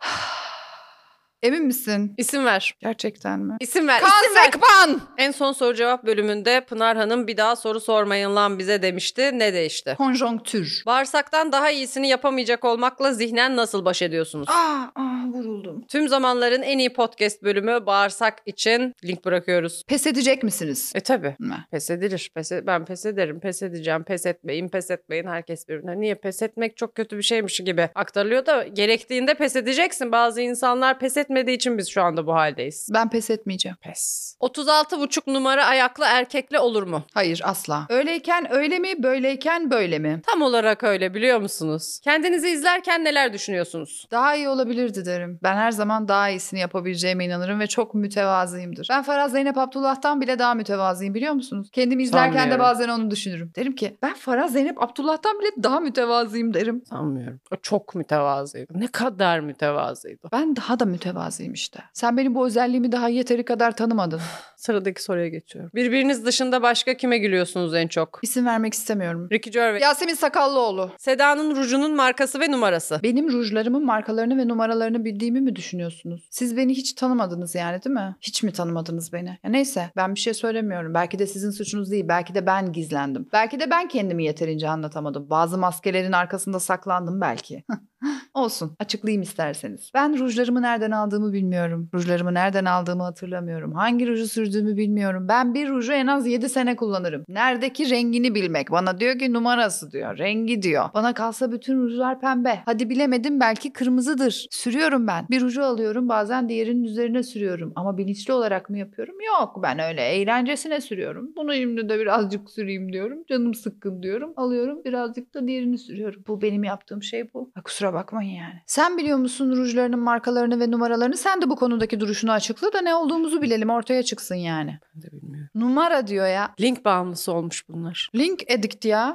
Emin misin? İsim ver. Gerçekten mi? İsim ver. Kaan İsim ver. Sekban! En son soru cevap bölümünde Pınar Hanım bir daha soru sormayın lan bize demişti. Ne değişti? Konjonktür. Bağırsaktan daha iyisini yapamayacak olmakla zihnen nasıl baş ediyorsunuz? Vuruldum. Tüm zamanların en iyi podcast bölümü Bağırsak için link bırakıyoruz. Pes edecek misiniz? Tabii. Ne? Pes edilir. Ben pes ederim. Pes edeceğim. Pes etmeyin. Pes etmeyin. Herkes birbirine. Niye pes etmek çok kötü bir şeymiş gibi aktarılıyor da gerektiğinde pes edeceksin. Bazı insanlar pes etmediği için biz şu anda bu haldeyiz. Ben pes etmeyeceğim. Pes. 36,5 numara ayaklı erkekle olur mu? Hayır, asla. Öyleyken öyle mi, böyleyken böyle mi? Tam olarak öyle, biliyor musunuz? Kendinizi izlerken neler düşünüyorsunuz? Daha iyi olabilirdi derim. Ben her zaman daha iyisini yapabileceğime inanırım ve çok mütevazıyımdır. Ben Faraz Zeynep Abdullah'tan bile daha mütevazıyım, biliyor musunuz? Kendimi izlerken de Sanmıyorum. bazen onu düşünürüm. Derim ki ben Faraz Zeynep Abdullah'tan bile daha mütevazıyım derim. Sanmıyorum. O çok mütevazıydı. Ne kadar mütevazıydı. Ben daha da mütevazıyım işte. Sen benim bu özelliğimi daha yeteri kadar tanımadın. Sıradaki soruya geçiyorum. Birbiriniz dışında başka kime gülüyorsunuz en çok? İsim vermek istemiyorum. Ricky Gervais. Yasemin Sakallıoğlu. Seda'nın rujunun markası ve numarası. Benim rujlarımın markalarını ve numaralarını bildiğimi mi düşünüyorsunuz? Siz beni hiç tanımadınız yani, değil mi? Hiç mi tanımadınız beni? Ya neyse, ben bir şey söylemiyorum. Belki de sizin suçunuz değil. Belki de ben gizlendim. Belki de ben kendimi yeterince anlatamadım. Bazı maskelerin arkasında saklandım belki. Olsun. Açıklayayım isterseniz. Ben rujlarımı nereden aldığımı bilmiyorum. Rujlarımı nereden aldığımı hatırlamıyorum. Hangi ruju sürdüğümü bilmiyorum. Ben bir ruju en az 7 sene kullanırım. Neredeki rengini bilmek. Bana diyor ki numarası diyor. Rengi diyor. Bana kalsa bütün rujlar pembe. Hadi bilemedim belki kırmızıdır. Sürüyorum ben. Bir ruju alıyorum bazen diğerinin üzerine sürüyorum. Ama bilinçli olarak mı yapıyorum? Yok. Ben öyle eğlencesine sürüyorum. Bunu şimdi de birazcık süreyim diyorum. Canım sıkkın diyorum. Alıyorum birazcık da diğerini sürüyorum. Bu benim yaptığım şey bu. Ha, kusura bakmayın yani. Sen biliyor musun rujlarının markalarını ve numaralarını? Sen de bu konudaki duruşunu açıkla da ne olduğumuzu bilelim, ortaya çıksın yani. Ben de bilmiyorum. Numara diyor ya. Link bağımlısı olmuş bunlar. Link addict ya.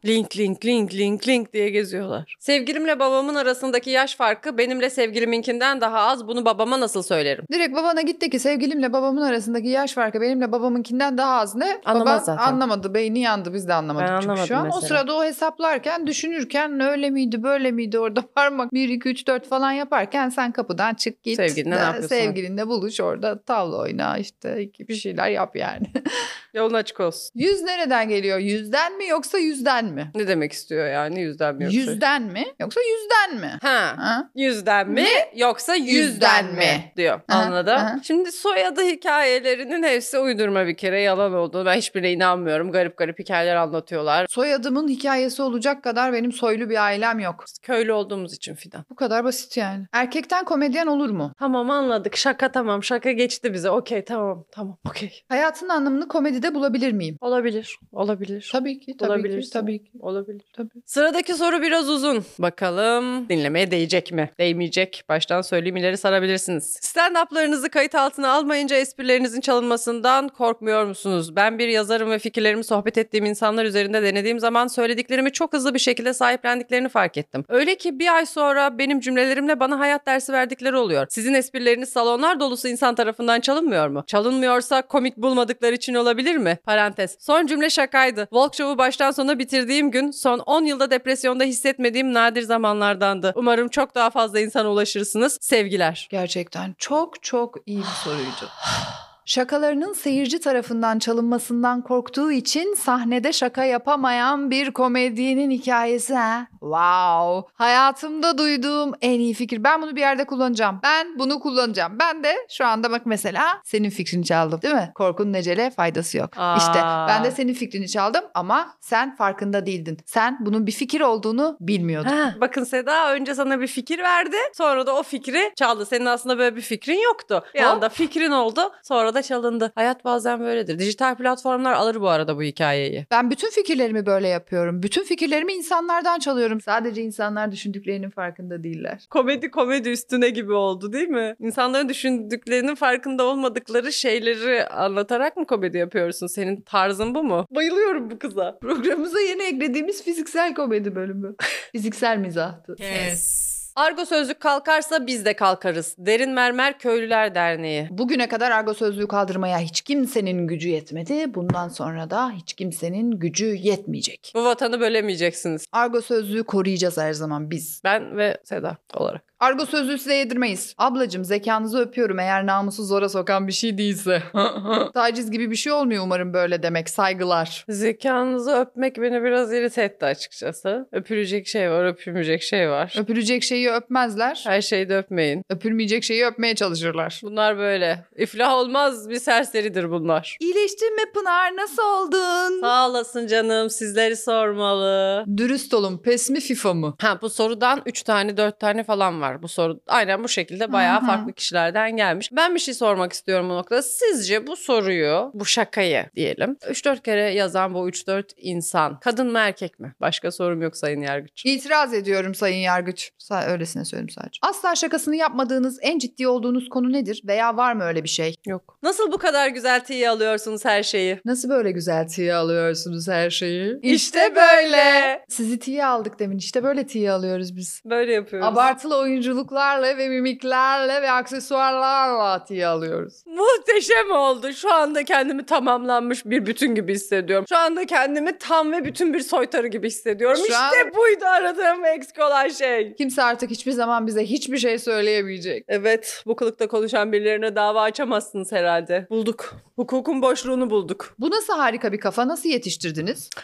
Link diye geziyorlar. Sevgilimle babamın arasındaki yaş farkı benimle sevgiliminkinden daha az. Bunu babama nasıl söylerim? Direkt babana git de ki sevgilimle babamın arasındaki yaş farkı benimle babamınkinden daha az ne? Anlamaz Baban zaten. anlamadı. Beyni yandı. Biz de anlamadık Ben çünkü anlamadım şu an. O mesela. sırada o hesaplarken, düşünürken öyle miydi böyle miydi orada parmak 1, 2, 3, 4 falan yaparken sen kapıdan çık git. Sevgilinle ne yapıyorsun? Sevgilinle buluş orada tavla oyna işte bir şeyler yap yani. Yolun açık olsun. 100 nereden geliyor? 100'den mi yoksa 100'den mi? Ne demek istiyor yani? Yüzden mi yoksa? 100'den mi yoksa 100'den mi? Ha. Yüzden mi yoksa yüzden mi diyor. Aha, Anladım. aha. Şimdi soyadı hikayelerinin hepsi uydurma bir kere, yalan olduğunu ben hiçbirine inanmıyorum. Garip garip hikayeler anlatıyorlar. Soyadımın hikayesi olacak kadar benim soylu bir ailem yok. Köylü olduğumuz için Fidan. Bu kadar basit yani. Erkekten komedyen olur mu? Tamam anladık. Şaka tamam. Şaka geçti bize. Okey tamam. Okey. Hayatın anlamını komedide bulabilir miyim? Olabilir. Tabii ki, tabii ki. Olabilir. Tabii. Sıradaki soru biraz uzun. Bakalım dinlemeye değecek mi? Değmeyecek. Baştan söyleyeyim, ileri sarabilirsiniz. Stand-up'larınızı kayıt altına almayınca esprilerinizin çalınmasından korkmuyor musunuz? Ben bir yazarım ve fikirlerimi sohbet ettiğim insanlar üzerinde denediğim zaman söylediklerimi çok hızlı bir şekilde sahiplendiklerini fark ettim. Öyle ki bir ay sonra benim cümlelerimle bana hayat dersi verdikleri oluyor. Sizin esprileriniz salonlar dolusu insan tarafından çalınmıyor mu? Çalınmıyorsa komik bulmadıkları için olabilir mi? Parantez. Son cümle şakaydı. Walk Show'u baştan sona bitirdiğim gün son 10 yılda depresyonda hissetmediğim nadir zamanlardandı. Umarım çok daha fazla insana ulaşırsınız. Sevgiler. Gerçekten çok çok iyi bir soruydu. Şakalarının seyirci tarafından çalınmasından korktuğu için sahnede şaka yapamayan bir komedyenin hikayesi ha. Wow. Hayatımda duyduğum en iyi fikir. Ben bunu bir yerde kullanacağım. Ben bunu kullanacağım. Ben de şu anda bak mesela senin fikrini çaldım değil mi? Korkunun ecele faydası yok. İşte ben de senin fikrini çaldım ama sen farkında değildin. Sen bunun bir fikir olduğunu bilmiyordun. Bakın Seda önce sana bir fikir verdi. Sonra da o fikri çaldı. Senin aslında böyle bir fikrin yoktu. Bir anda fikrin oldu. Sonra da çalındı. Hayat bazen böyledir. Dijital platformlar alır bu arada bu hikayeyi. Ben bütün fikirlerimi böyle yapıyorum. Bütün fikirlerimi insanlardan çalıyorum. Sadece insanlar düşündüklerinin farkında değiller. Komedi üstüne gibi oldu değil mi? İnsanların düşündüklerinin farkında olmadıkları şeyleri anlatarak mı komedi yapıyorsun? Senin tarzın bu mu? Bayılıyorum bu kıza. Programımıza yeni eklediğimiz fiziksel komedi bölümü. Fiziksel mizahtı. Yes. Argo sözlük kalkarsa biz de kalkarız. Derin Mermer Köylüler Derneği. Bugüne kadar argo sözlüğü kaldırmaya hiç kimsenin gücü yetmedi. Bundan sonra da hiç kimsenin gücü yetmeyecek. Bu vatanı bölemeyeceksiniz. Argo sözlüğü koruyacağız her zaman biz. Ben ve Seda olarak. Argo sözlüğü size yedirmeyiz. Ablacığım zekanızı öpüyorum eğer namusu zora sokan bir şey değilse. Taciz gibi bir şey olmuyor umarım böyle demek. Saygılar. Zekanızı öpmek beni biraz irite etti açıkçası. Öpülecek şey var, öpülmeyecek şey var. Öpülecek şeyi öpmezler. Her şeyi de öpmeyin. Öpülmeyecek şeyi öpmeye çalışırlar. Bunlar böyle. İflah olmaz bir serseridir bunlar. İyileştin mi Pınar? Nasıl oldun? Sağ olasın canım. Sizleri sormalı. Dürüst olun. PES mi FIFA mı? Bu sorudan 3 tane 4 tane falan var. Bu soru aynen bu şekilde bayağı farklı kişilerden gelmiş. Ben bir şey sormak istiyorum bu noktada. Sizce bu soruyu, bu şakayı diyelim 3-4 kere yazan bu 3-4 insan kadın mı erkek mi? Başka sorum yok Sayın Yargıç. İtiraz ediyorum Sayın Yargıç. Öylesine söyleyeyim sadece. Asla şakasını yapmadığınız, en ciddi olduğunuz konu nedir? Veya var mı öyle bir şey? Yok. Nasıl bu kadar güzel tiye alıyorsunuz her şeyi? Nasıl böyle güzel tiye alıyorsunuz her şeyi? İşte böyle. Sizi tiye aldık demin. İşte böyle tiye alıyoruz biz. Böyle yapıyoruz. Abartılı oyunculuklarla ve mimiklerle ve aksesuarlarla tiye alıyoruz. Muhteşem oldu. Şu anda kendimi tamamlanmış bir bütün gibi hissediyorum. Şu anda kendimi tam ve bütün bir soytarı gibi hissediyorum. İşte buydu aradığım eksik olan şey. Kimse artık hiçbir zaman bize hiçbir şey söyleyemeyecek. Evet, bu kılıkta konuşan birilerine dava açamazsınız herhalde. Bulduk. Hukukun boşluğunu bulduk. Bu nasıl harika bir kafa? Nasıl yetiştirdiniz?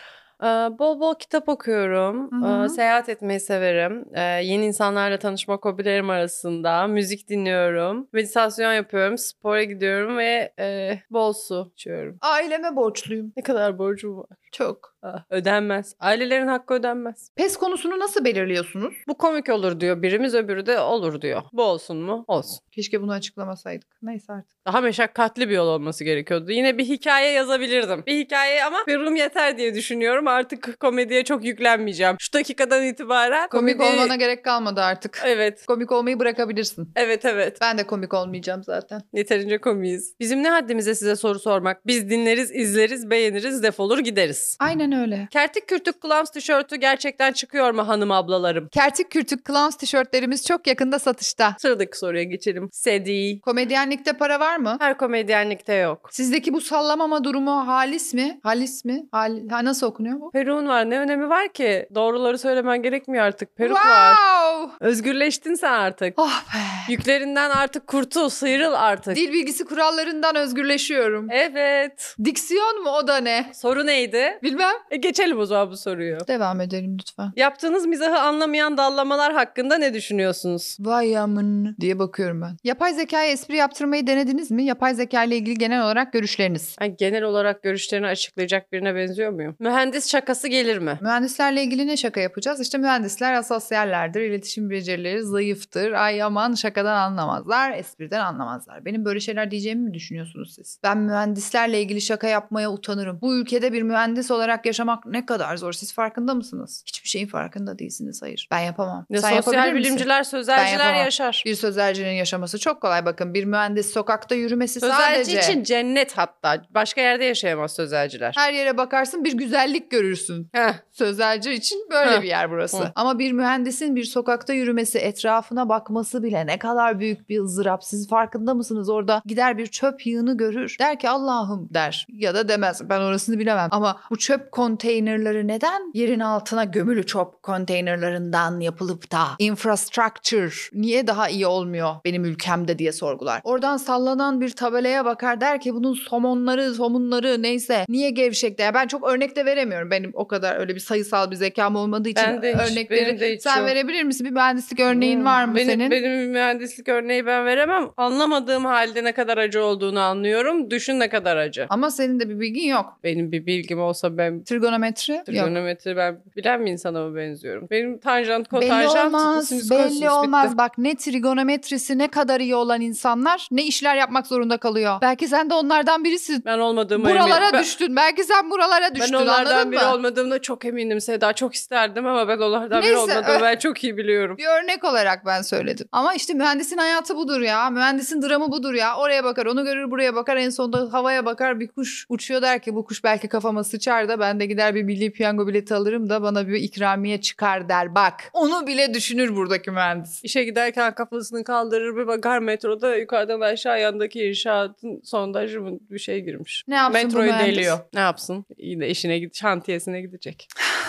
Bol bol kitap okuyorum. Hı hı. Seyahat etmeyi severim. Yeni insanlarla tanışmak hobilerim arasında. Müzik dinliyorum. Meditasyon yapıyorum. Spora gidiyorum ve bol su içiyorum. Aileme borçluyum. Ne kadar borcum var? Çok. Ödenmez. Ailelerin hakkı ödenmez. PES konusunu nasıl belirliyorsunuz? Bu komik olur diyor birimiz, öbürü de olur diyor. Bu olsun mu? Olsun. Keşke bunu açıklamasaydık. Neyse artık. Daha meşakkatli bir yol olması gerekiyordu. Yine bir hikaye yazabilirdim. Bir hikaye ama Peru'm yeter diye düşünüyorum. Artık komediye çok yüklenmeyeceğim. Şu dakikadan itibaren Komik olmana gerek kalmadı artık. Evet. Komik olmayı bırakabilirsin. Evet. Ben de komik olmayacağım zaten. Yeterince komiyiz. Bizim ne haddimize size soru sormak? Biz dinleriz, izleriz, beğeniriz, defolur gideriz. Aynen öyle. Kertik kürtük Clams tişörtü gerçekten çıkıyor mu hanım ablalarım? Kertik kürtük Clowns tişörtlerimiz çok yakında satışta. Sıradaki soruya geçelim. Sedi. Komedyenlikte para var mı? Her komedyenlikte yok. Sizdeki bu sallamama durumu halis mi? Halis mi? Nasıl okunuyor bu? Peruğun var. Ne önemi var ki? Doğruları söylemen gerekmiyor artık. Peruk var. Wow! Özgürleştin sen artık. Oh be! Yüklerinden artık kurtul, sıyrıl artık. Dil bilgisi kurallarından özgürleşiyorum. Evet. Diksiyon mu o da ne? Soru neydi? Bilmem. Geçelim o zaman bu soruyu. Devam edelim lütfen. Yaptığınız mizahı anlamayan dallamalar hakkında ne düşünüyorsunuz? Vay amın diye bakıyorum ben. Yapay zekaya espri yaptırmayı denediniz mi? Yapay zeka ile ilgili genel olarak görüşleriniz. Yani genel olarak görüşlerini açıklayacak birine benziyor muyum? Mühendis şakası gelir mi? Mühendislerle ilgili ne şaka yapacağız? İşte mühendisler asosyallerdir, iletişim becerileri zayıftır. Ay aman şakadan anlamazlar, espriden anlamazlar. Benim böyle şeyler diyeceğimi mi düşünüyorsunuz siz? Ben mühendislerle ilgili şaka yapmaya utanırım. Bu ülkede bir mühendis olarak yaşamak ne kadar zor. Siz farkında mısınız? Hiçbir şeyin farkında değilsiniz. Hayır. Ben yapamam. Ya Sen sosyal yapabilir misin? bilimciler, Ben sözelciler yapamam. yaşar. Bir sözelcinin yaşaması çok kolay. Bakın bir mühendis sokakta yürümesi Sözelci sadece... için cennet hatta. Başka yerde yaşayamaz sözelciler. Her yere bakarsın bir güzellik görürsün. Heh. Sözelci için böyle Heh. bir yer burası. Hı. Ama bir mühendisin bir sokakta yürümesi, etrafına bakması bile ne kadar büyük bir ızdırap. Siz farkında mısınız? Orada gider bir çöp yığını görür. Der ki Allah'ım der. Ya da demez. Ben orasını bilemem. Ama bu çöp konteynerları neden yerin altına gömülü çöp konteynerlarından yapılıp da infrastructure niye daha iyi olmuyor benim ülkemde diye sorgular. Oradan sallanan bir tabelaya bakar, der ki bunun somunları neyse niye gevşekte? Ya ben çok örnek de veremiyorum. Benim o kadar öyle bir sayısal bir zekam olmadığı için Ben de hiç, örnekleri benim de hiç sen yok. verebilir misin? Bir mühendislik örneğin var mı senin? Benim bir mühendislik örneği ben veremem. Anlamadığım halde ne kadar acı olduğunu anlıyorum. Düşün ne kadar acı. Ama senin de bir bilgin yok. Benim bir bilgim olsa ben Trigonometri yok. trigonometri ben bilen bir insana mı benziyorum? Benim tanjant, Belli kotanjant, olmaz, sinüs, belli kosinüs olmaz. bitti. Bak ne trigonometrisi ne kadar iyi olan insanlar ne işler yapmak zorunda kalıyor. Belki sen de onlardan birisin. Ben olmadığıma Buralara eminim. düştün. Belki sen buralara düştün, Ben onlardan anladın biri mı? olmadığımda çok eminim Seda. Çok isterdim ama ben onlardan biri Neyse, olmadığımı ben çok iyi biliyorum. Bir örnek olarak ben söyledim. Ama işte mühendisin hayatı budur ya. Mühendisin dramı budur ya. Oraya bakar, onu görür, buraya bakar. En sonunda havaya bakar, bir kuş uçuyor, der ki bu kuş belki kafama sıçar da ben de gider bir milli piyango bileti alırım da bana bir ikramiye çıkar der. Bak onu bile düşünür buradaki mühendis. İşe giderken kafasını kaldırır bir bakar metroda yukarıdan aşağı yandaki inşaatın sondajı mı bir şey girmiş. Ne yapsın bu Metroyu mühendis? deliyor. Ne yapsın? Yine işine şantiyesine gidecek.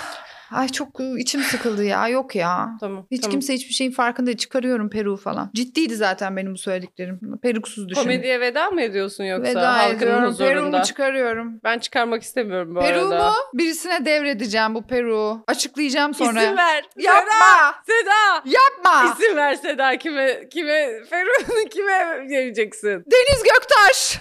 Ay çok içim sıkıldı ya. Yok ya. Tamam. Hiç tamam. kimse hiçbir şeyin farkında değil. Çıkarıyorum Peru falan. Ciddiydi zaten benim bu söylediklerim. Peruksuz düşün. Komediye veda mı ediyorsun yoksa Veda halkın ediyorum. huzurunda? Peru'mu çıkarıyorum. Ben çıkarmak istemiyorum bu Peru'mu arada. birisine devredeceğim bu Peru. Açıklayacağım sonra. İsim ver. Yapma. Seda. Yapma. İsim ver Seda. Kime Ferruh'unu kime vereceksin? Deniz Göktaş.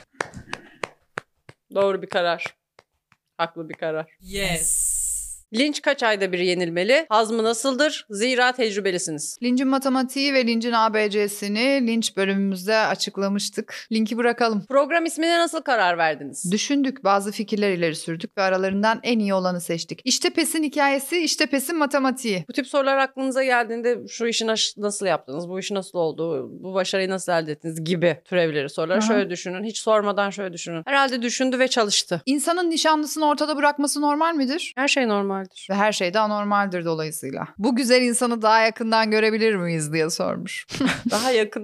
Doğru bir karar. Haklı bir karar. Yes. Linç kaç ayda bir yenilmeli? Hazmı nasıldır? Zira tecrübelisiniz. Lynch'in matematiği ve Lynch'in ABC'sini Lynch bölümümüzde açıklamıştık. Linki bırakalım. Program ismine nasıl karar verdiniz? Düşündük, bazı fikirler ileri sürdük ve aralarından en iyi olanı seçtik. İşte PES'in hikayesi, işte PES'in matematiği. Bu tip sorular aklınıza geldiğinde şu işi nasıl yaptınız? Bu işi nasıl oldu? Bu başarıyı nasıl elde ettiniz? Gibi türevleri sorular. Hı hı. Şöyle düşünün. Hiç sormadan şöyle düşünün. Herhalde düşündü ve çalıştı. İnsanın nişanlısını ortada bırakması normal midir? Her şey normaldir. Ve her şey de anormaldir dolayısıyla. Bu güzel insanı daha yakından görebilir miyiz diye sormuş. Daha yakından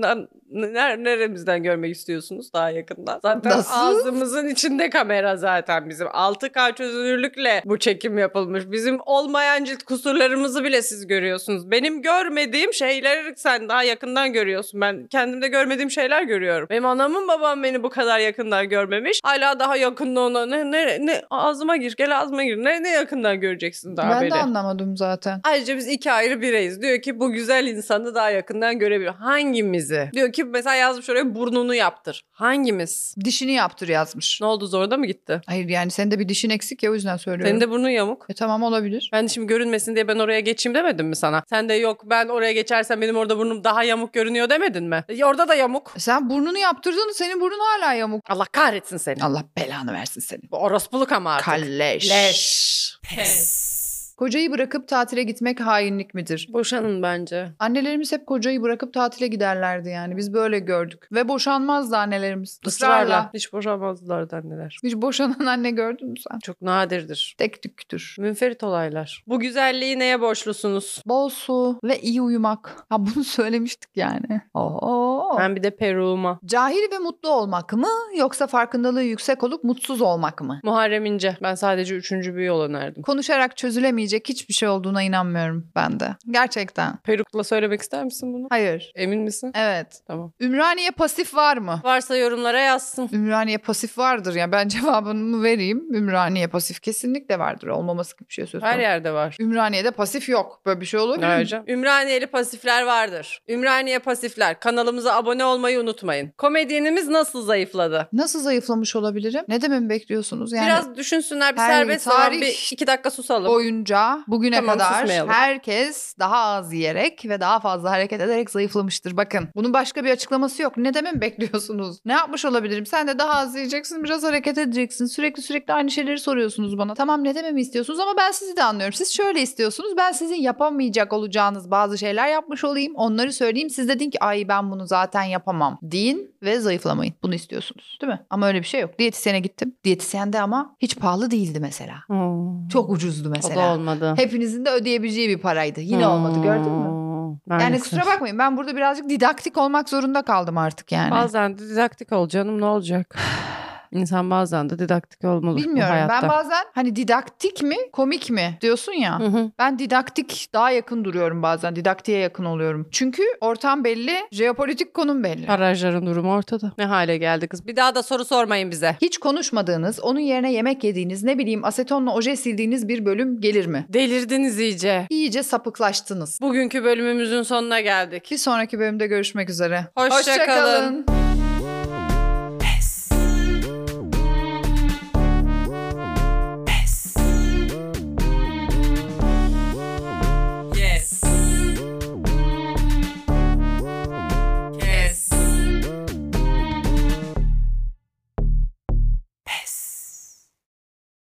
Neremizden görmek istiyorsunuz daha yakından? Zaten Nasıl? ağzımızın içinde kamera zaten bizim. 6K çözünürlükle bu çekim yapılmış. Bizim olmayan cilt kusurlarımızı bile siz görüyorsunuz. Benim görmediğim şeyleri sen daha yakından görüyorsun. Ben kendimde görmediğim şeyler görüyorum. Benim anamın babam beni bu kadar yakından görmemiş. Hala daha yakında ona ne ağzıma gir, gel ağzıma gir. Ne yakından göreceksin daha Ben beni. de anlamadım zaten. Ayrıca biz 2 ayrı bireyiz. Diyor ki bu güzel insanı daha yakından görebiliyor. Hangimizi? Diyor ki mesela yazmış oraya burnunu yaptır. Hangimiz? Dişini yaptır yazmış. Ne oldu, zorda mı gitti? Hayır yani senin de bir dişin eksik ya, o yüzden söylüyorum. Senin de burnun yamuk. Tamam, olabilir. Ben de şimdi görünmesin diye ben oraya geçeyim demedim mi sana? Sen de yok ben oraya geçersem benim orada burnum daha yamuk görünüyor demedin mi? Orada da yamuk. Sen burnunu yaptırdın, senin burnun hala yamuk. Allah kahretsin seni. Allah belanı versin seni. Bu orospuluk ama artık. Kalleş. Leş. Pes. Kocayı bırakıp tatile gitmek hainlik midir? Boşanın bence. Annelerimiz hep kocayı bırakıp tatile giderlerdi yani. Biz böyle gördük. Ve boşanmazdı annelerimiz. Israrla. Israrla. Hiç boşanmazdılar anneler. Hiç boşanan anne gördün mü sen? Çok nadirdir. Tek tüktür. Münferit olaylar. Bu güzelliği neye borçlusunuz? Bol su ve iyi uyumak. Ha, bunu söylemiştik yani. Oo. Ben bir de peruğuma. Cahil ve mutlu olmak mı, yoksa farkındalığı yüksek olup mutsuz olmak mı? Muharrem İnce. Ben sadece 3. bir yol önerdim. Konuşarak çözülemeyecek hiçbir şey olduğuna inanmıyorum ben de. Gerçekten. Perukla söylemek ister misin bunu? Hayır. Emin misin? Evet. Tamam. Ümraniye pasif var mı? Varsa yorumlara yazsın. Ümraniye pasif vardır ya. Ben cevabımı vereyim. Ümraniye pasif kesinlikle vardır. Olmaması gibi bir şey söz Her konusu. yerde var. Ümraniye'de pasif yok. Böyle bir şey olabilir mi? Ayrıca Ümraniyeli pasifler vardır. Ümraniye pasifler. Kanalımıza abone olmayı unutmayın. Komedyenimiz nasıl zayıfladı? Nasıl zayıflamış olabilirim? Ne dememi bekliyorsunuz? Yani Biraz düşünsünler, bir her serbest zaman tarih bir 2 dakika susalım. boyunca bugüne Tamam, kadar susmayalım. herkes daha az yiyerek ve daha fazla hareket ederek zayıflamıştır. Bakın, bunun başka bir açıklaması yok. Ne dememi bekliyorsunuz? Ne yapmış olabilirim? Sen de daha az yiyeceksin, biraz hareket edeceksin. Sürekli aynı şeyleri soruyorsunuz bana. Tamam, ne dememi istiyorsunuz ama ben sizi de anlıyorum. Siz şöyle istiyorsunuz. Ben sizin yapamayacak olacağınız bazı şeyler yapmış olayım. Onları söyleyeyim. Siz de deyin ki ay ben bunu zaten yapamam deyin ve zayıflamayın. Bunu istiyorsunuz, değil mi? Ama öyle bir şey yok. Diyetisyene gittim. Diyetisyende ama hiç pahalı değildi mesela. Çok ucuzdu O mesela. da olmadı. Hepinizin de ödeyebileceği bir paraydı. Yine olmadı, gördün mü? Yani Maalesef. kusura bakmayın, ben burada birazcık didaktik olmak zorunda kaldım artık yani. Bazen de didaktik ol canım, ne olacak? İnsan bazen de didaktik olmalı bu Bilmiyorum, hayatta. ben bazen hani didaktik mi komik mi diyorsun ya. Hı hı. Ben didaktik daha yakın duruyorum bazen. Didaktiğe yakın oluyorum. Çünkü ortam belli, jeopolitik konum belli. Barajların durumu ortada. Ne hale geldi kız? Bir daha da soru sormayın bize. Hiç konuşmadığınız, onun yerine yemek yediğiniz, ne bileyim asetonla oje sildiğiniz bir bölüm gelir mi? Delirdiniz iyice. İyice sapıklaştınız. Bugünkü bölümümüzün sonuna geldik. Bir sonraki bölümde görüşmek üzere. Hoşça kalın.